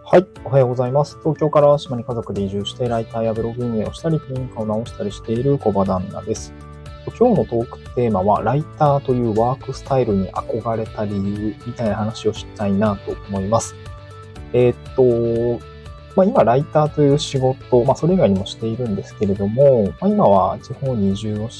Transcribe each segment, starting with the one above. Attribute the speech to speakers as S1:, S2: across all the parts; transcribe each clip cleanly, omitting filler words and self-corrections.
S1: はい、おはようございます。東京から島に家族で移住して、ライターやブログ運営をしたり、古民家を直したりしている小場旦那です。今日のトークテーマは、ライターというワークスタイルに憧れた理由みたいな話をしたいなと思います。今、ライターという仕事、それ以外にもしているんですけれども、今は地方に移住をして、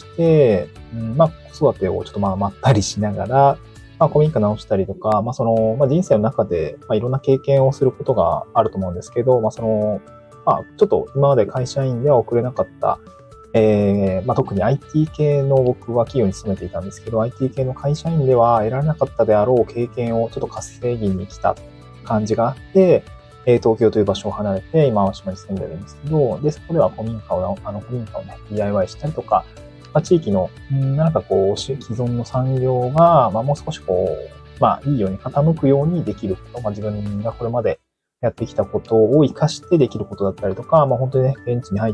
S1: 子育てをちょっとまったりしながら、古民家直したりとか、人生の中で、いろんな経験をすることがあると思うんですけど、ちょっと今まで会社員では送れなかった、特に IT 系の僕は企業に勤めていたんですけど、IT 系の会社員では得られなかったであろう経験をちょっと稼ぎに来た感じがあって、東京という場所を離れて、今は島に住んでるんですけど、で、そこでは古民家をね、DIY したりとか、地域の、既存の産業が、もう少しいいように傾くようにできること、自分がこれまでやってきたことを活かしてできることだったりとか、本当にね、現地に入って、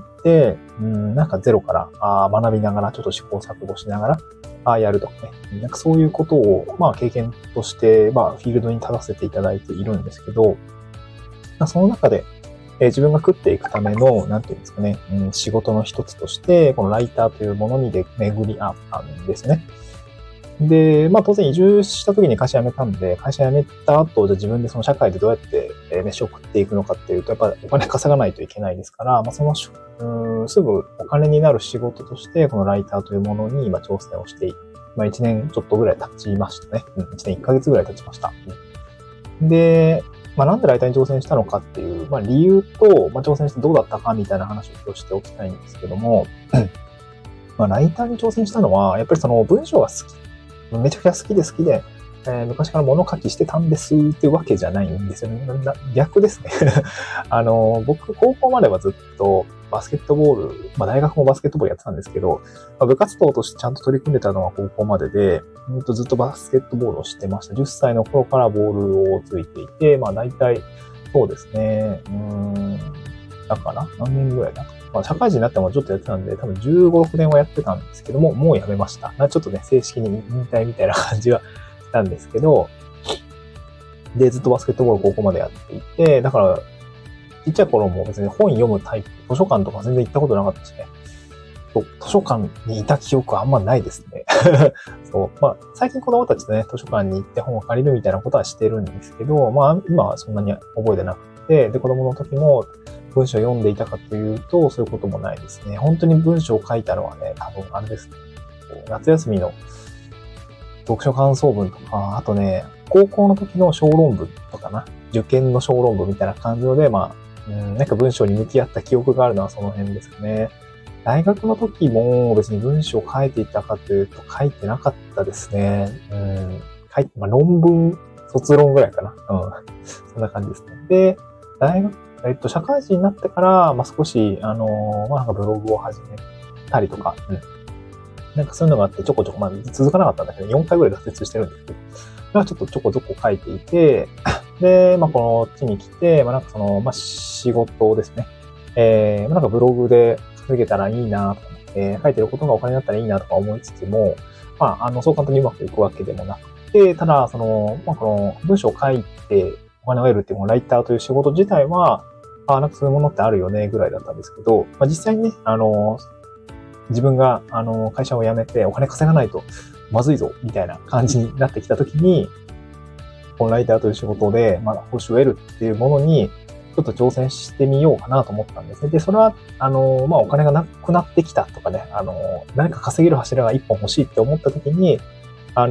S1: ゼロから学びながら、ちょっと試行錯誤しながら、やるとかね。そういうことを、経験として、フィールドに立たせていただいているんですけど、その中で、自分が食っていくための、仕事の一つとして、このライターというものに巡り合ったんですね。で、当然移住した時に会社辞めたんで、会社辞めた後、じゃあ自分でその社会でどうやって飯を食っていくのかっていうと、やっぱりお金稼がないといけないですから、すぐお金になる仕事として、このライターというものに今挑戦をして1年ちょっとぐらい経ちましたね。1年1ヶ月ぐらい経ちました。で、なんでライターに挑戦したのかっていう、理由と、挑戦してどうだったかみたいな話を今日しておきたいんですけども、ライターに挑戦したのは、やっぱりその文章が好き。めちゃくちゃ好きで、昔から物書きしてたんですっていうわけじゃないんですよね。逆ですね。僕、高校まではずっとバスケットボール、大学もバスケットボールやってたんですけど、部活動としてちゃんと取り組んでたのは高校までで、ずっとバスケットボールをしてました。10歳の頃からボールをついていて、大体、そうですね、だから何年ぐらいだ社会人になってもちょっとやってたんで、多分15、6年はやってたんですけども、もうやめました。ちょっとね、正式に引退みたいな感じはしたんですけど、で、ずっとバスケットボール高校までやっていて、だから、ちっちゃい頃も別に本読むタイプ、図書館とか全然行ったことなかったですね。図書館にいた記憶はあんまないですね。そう。最近子供たちとね、図書館に行って本を借りるみたいなことはしてるんですけど、今はそんなに覚えてなくて、で、子供の時も文章を読んでいたかというと、そういうこともないですね。本当に文章を書いたのはね、多分あれですね。夏休みの読書感想文とか、あとね、高校の時の小論文とかな、受験の小論文みたいな感じので、文章に向き合った記憶があるのはその辺ですかね。大学の時も別に文章を書いていたかというと書いてなかったですね。論文、卒論ぐらいかな。そんな感じですね。で、社会人になってから、少し、ブログを始めたりとか、そういうのがあってちょこちょこ、続かなかったんだけど、4回ぐらい挫折してるんですけど、ちょっとちょこちょこ書いていて、で、この地に来て、仕事ですね。ブログで稼げたらいいなとか、書いてることがお金になったらいいなとか思いつつも、そう簡単にうまくいくわけでもなくて、ただ、この文章を書いてお金を得るっていうライターという仕事自体は、そういうものってあるよね、ぐらいだったんですけど、実際にね、自分が、会社を辞めてお金稼がないとまずいぞ、みたいな感じになってきたときに、このライターという仕事で、報酬を得るっていうものに、ちょっと挑戦してみようかなと思ったんですね。で、それは、お金がなくなってきたとかね、何か稼げる柱が一本欲しいって思ったときに、た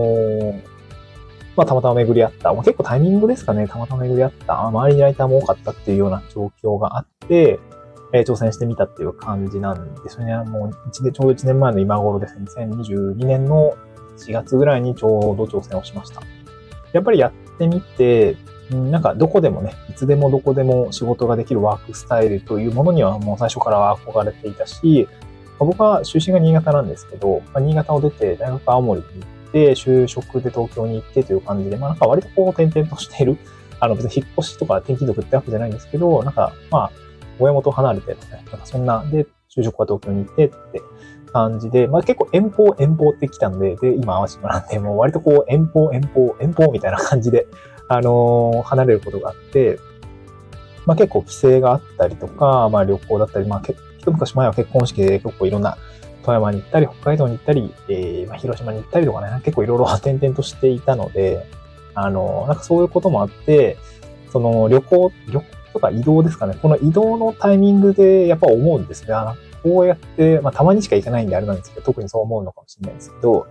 S1: またま巡り合った。結構タイミングですかね。たまたま巡り合った。周りにライターも多かったっていうような状況があって、挑戦してみたっていう感じなんですよね。もうちょうど1年前の今頃ですね。2022年の4月ぐらいにちょうど挑戦をしました。やっぱりやってみて、どこでもね、いつでもどこでも仕事ができるワークスタイルというものにはもう最初から憧れていたし、僕は出身が新潟なんですけど、新潟を出て大学青森に行って、就職で東京に行ってという感じで、割と転々としている。別に引っ越しとか転勤族ってわけじゃないんですけど、親元離れてとかね、そんな、で、就職は東京に行ってって感じで、結構遠方って来たんで、で、今淡島なんで、もう割と遠方みたいな感じで、離れることがあって、 結構帰省があったりとか、旅行だったり、一昔前は結婚式で結構いろんな富山に行ったり、北海道に行ったり、広島に行ったりとかね、結構いろいろ転々としていたので、そういうこともあって、その旅行とか移動ですかね。この移動のタイミングでやっぱ思うんですが、こうやって、たまにしか行かないんであれなんですけど、特にそう思うのかもしれないですけど、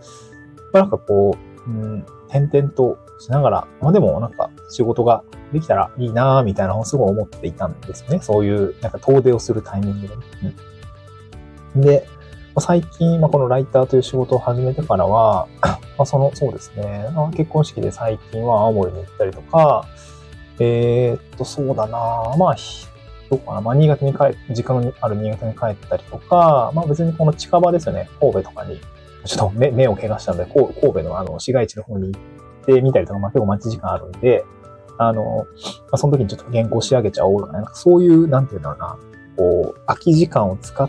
S1: 転々としながら、でも仕事ができたらいいなぁみたいなのをすごい思っていたんですよね。そういう遠出をするタイミングでね。で、最近、このライターという仕事を始めてからは、そうですね。結婚式で最近は青森に行ったりとか、そうだなどうかな。新潟に時間のある新潟に帰ったりとか、別にこの近場ですよね。神戸とかに、ちょっと目を怪我したので、神戸の市街地の方に行ってみたりとか、結構待ち時間あるんで、その時にちょっと原稿仕上げちゃおうとかね。そういう、なんていうんだろうな。空き時間を使って、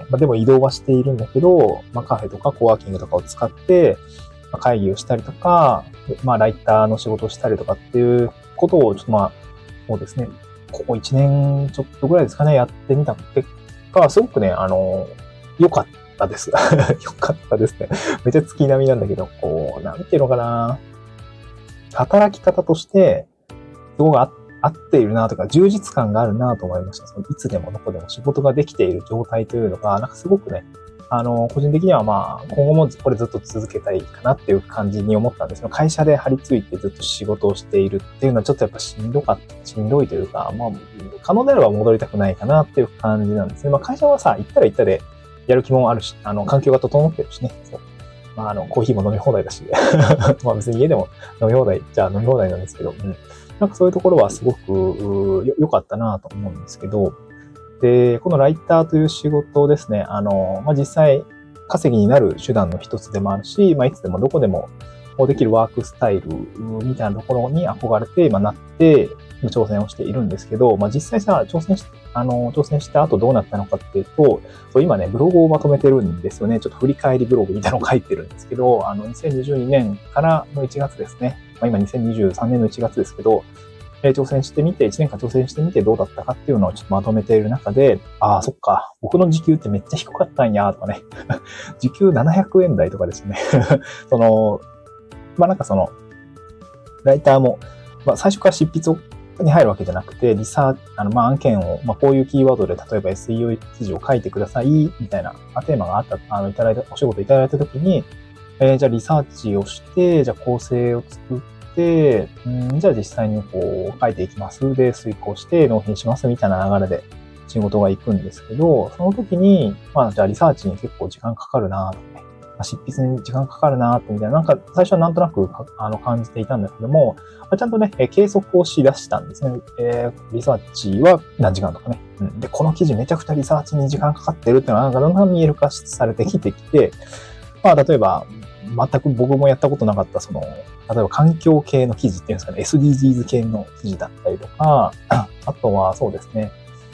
S1: でも移動はしているんだけど、カフェとかコワーキングとかを使って、会議をしたりとか、ライターの仕事をしたりとかっていうことを、ちょっとそうですね。ここ1年ちょっとぐらいですかね、やってみた結果、すごくね、良かったです。良かったですね。めっちゃ月並みなんだけど、なんていうのかな。働き方として、すごく合っているなとか、充実感があるなと思いました。いつでもどこでも仕事ができている状態というのが、すごくね、個人的には今後もこれずっと続けたいかなっていう感じに思ったんですけど、会社で張り付いてずっと仕事をしているっていうのはちょっとやっぱしんどいというか、可能であれば戻りたくないかなっていう感じなんですね。会社は行ったら行ったでやる気もあるし、環境が整ってるしね。そう。コーヒーも飲み放題だし、別に家でも飲み放題じゃあ飲み放題なんですけど、そういうところはすごく良かったなと思うんですけど、で、このライターという仕事ですね、実際稼ぎになる手段の一つでもあるし、いつでもどこでもできるワークスタイルみたいなところに憧れて、なって、挑戦をしているんですけど、実際挑戦した後どうなったのかっていうと、今ね、ブログをまとめてるんですよね。ちょっと振り返りブログみたいなのを書いてるんですけど、2022年からの1月ですね。今2023年の1月ですけど、挑戦してみて、1年間挑戦してみてどうだったかっていうのをちょっとまとめている中で、そっか、僕の時給ってめっちゃ低かったんや、とかね。時給700円台とかですね。ライターも、最初から執筆に入るわけじゃなくて、案件を、こういうキーワードで、例えば SEO 記事を書いてください、みたいな、テーマがあった、お仕事いただいたときに、じゃあリサーチをして、じゃあ構成を作って、じゃあ実際に書いていきます。で、遂行して納品します、みたいな流れで仕事が行くんですけど、その時に、じゃあリサーチに結構時間かかるなとかね。執筆に時間かかるなってみたいな、最初はなんとなく感じていたんだけども、ちゃんとね、計測をし出したんですね。リサーチは何時間とかね。で、この記事めちゃくちゃリサーチに時間かかってるっていうのはだんだん見える化されてきて、例えば、全く僕もやったことなかった、例えば環境系の記事っていうんですかね、SDGs 系の記事だったりとか、あとはそうですね、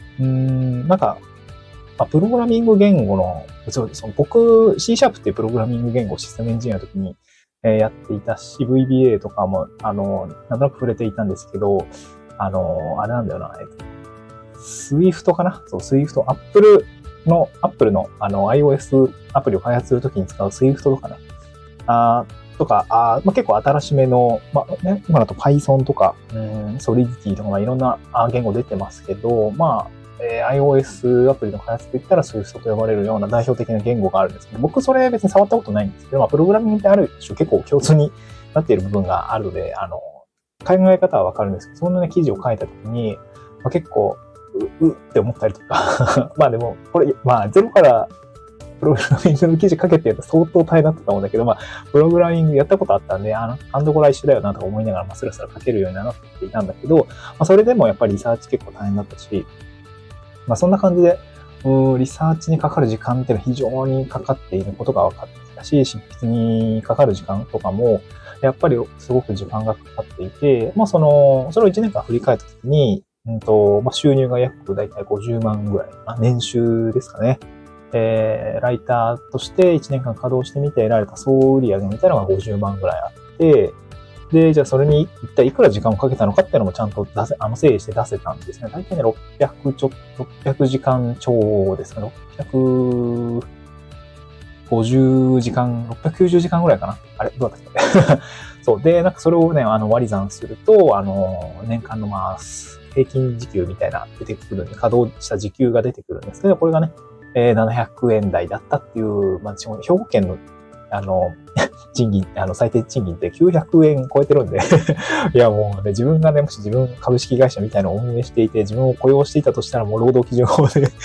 S1: プログラミング言語の、僕、C# っていうプログラミング言語をシステムエンジニアの時にやっていたし、VBA とかも、なんとなく触れていたんですけど、あれなんだよな、Swift かな？そう、Swift、Apple のiOS アプリを開発するときに使う Swift とかね、結構新しめの、今だと Python とか、Solidity とか、いろんな言語出てますけど、iOS アプリの開発といったら Swift と呼ばれるような代表的な言語があるんですけど、僕それ別に触ったことないんですけど、プログラミングってある種結構共通になっている部分があるので、考え方はわかるんですけど、そんなね、記事を書いたときに、結構、って思ったりとか、でも、これ、ゼロからプログラミングの記事書けってやったら相当大変だったと思うんだけど、プログラミングやったことあったんで、ハンドコラ一緒だよなとか思いながら、スラスラ書けるようになっていたんだけど、それでもやっぱりリサーチ結構大変だったし、そんな感じで、リサーチにかかる時間っていうのは非常にかかっていることが分かってきたし、執筆にかかる時間とかも、やっぱりすごく時間がかかっていて、それを1年間振り返ったときに、収入が約だいたい50万ぐらい、年収ですかね。ライターとして1年間稼働してみて得られた総売上みたいなのが50万ぐらいあって、 で、じゃあそれに一体いくら時間をかけたのかっていうのもちゃんと整理して出せたんですね。大体ね、600時間超ですね。650時間、690時間ぐらいかな。あれどうだったっけそう。で、なんかそれをね、割り算すると、年間の平均時給みたいな出てくるんで、稼働した時給が出てくるんですけど、これがね、700円台だったっていう、兵庫県の、賃金、最低賃金って900円超えてるんでいやもうね、自分がね、もし自分株式会社みたいなのを運営していて、自分を雇用していたとしたらもう労働基準法で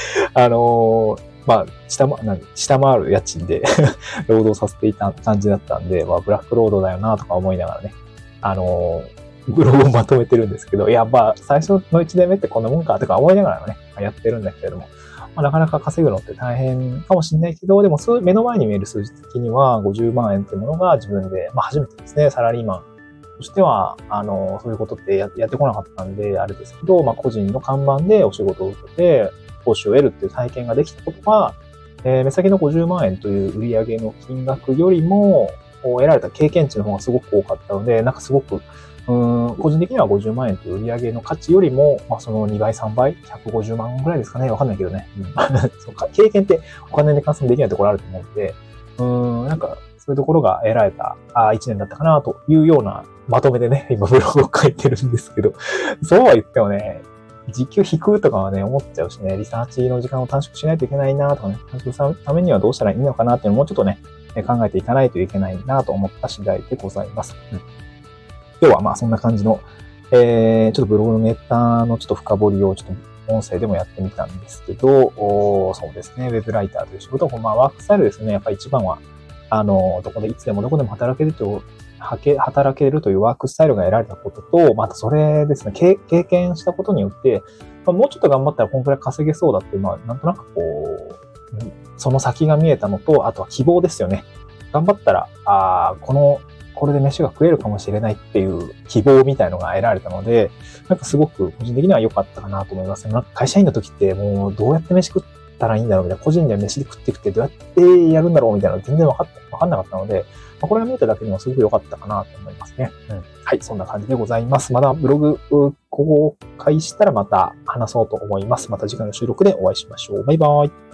S1: 下回る家賃で労働させていた感じだったんで、ブラックロードだよなとか思いながらね、ブログをまとめてるんですけど、いや、最初の1年目ってこんなもんかとか思いながらね、やってるんだけれども、なかなか稼ぐのって大変かもしれないけど、でも目の前に見える数字的には50万円っていうものが自分で、初めてですね、サラリーマンとしては、そういうことってやってこなかったんで、あれですけど、個人の看板でお仕事を受けて、報酬を得るっていう体験ができたことは、目先の50万円という売上の金額よりも、得られた経験値の方がすごく多かったので、なんかすごく、個人的には50万円という売上の価値よりも、その2倍、3倍、150万ぐらいですかね。わかんないけどね。経験ってお金で換算できないところあると思うんで、なんか、そういうところが得られた1年だったかなというようなまとめでね、今ブログを書いてるんですけど、そうは言ってもね、時給引くとかはね、思っちゃうしね、リサーチの時間を短縮しないといけないなとかね、短縮するためにはどうしたらいいのかなっていうのをもうちょっとね、考えていかないといけないなと思った次第でございます。今日はそんな感じの、ちょっとブログのネタのちょっと深掘りをちょっと音声でもやってみたんですけど、そうですね、ウェブライターという仕事、ワークスタイルですね、やっぱり一番は、どこでいつでもどこでも働けるというワークスタイルが得られたことと、またそれですね、経験したことによって、もうちょっと頑張ったらこんくらい稼げそうだっていう、なんとなくその先が見えたのと、あとは希望ですよね。頑張ったら、これで飯が食えるかもしれないっていう希望みたいのが得られたので、なんかすごく個人的には良かったかなと思いますね。なんか会社員の時ってもうどうやって飯食ったらいいんだろうみたいな、個人で飯で食っていくってどうやってやるんだろうみたいなの全然わかんなかったので、これが見えただけでもすごく良かったかなと思いますね。はい、そんな感じでございます。まだブログ公開したらまた話そうと思います。また次回の収録でお会いしましょう。バイバイ。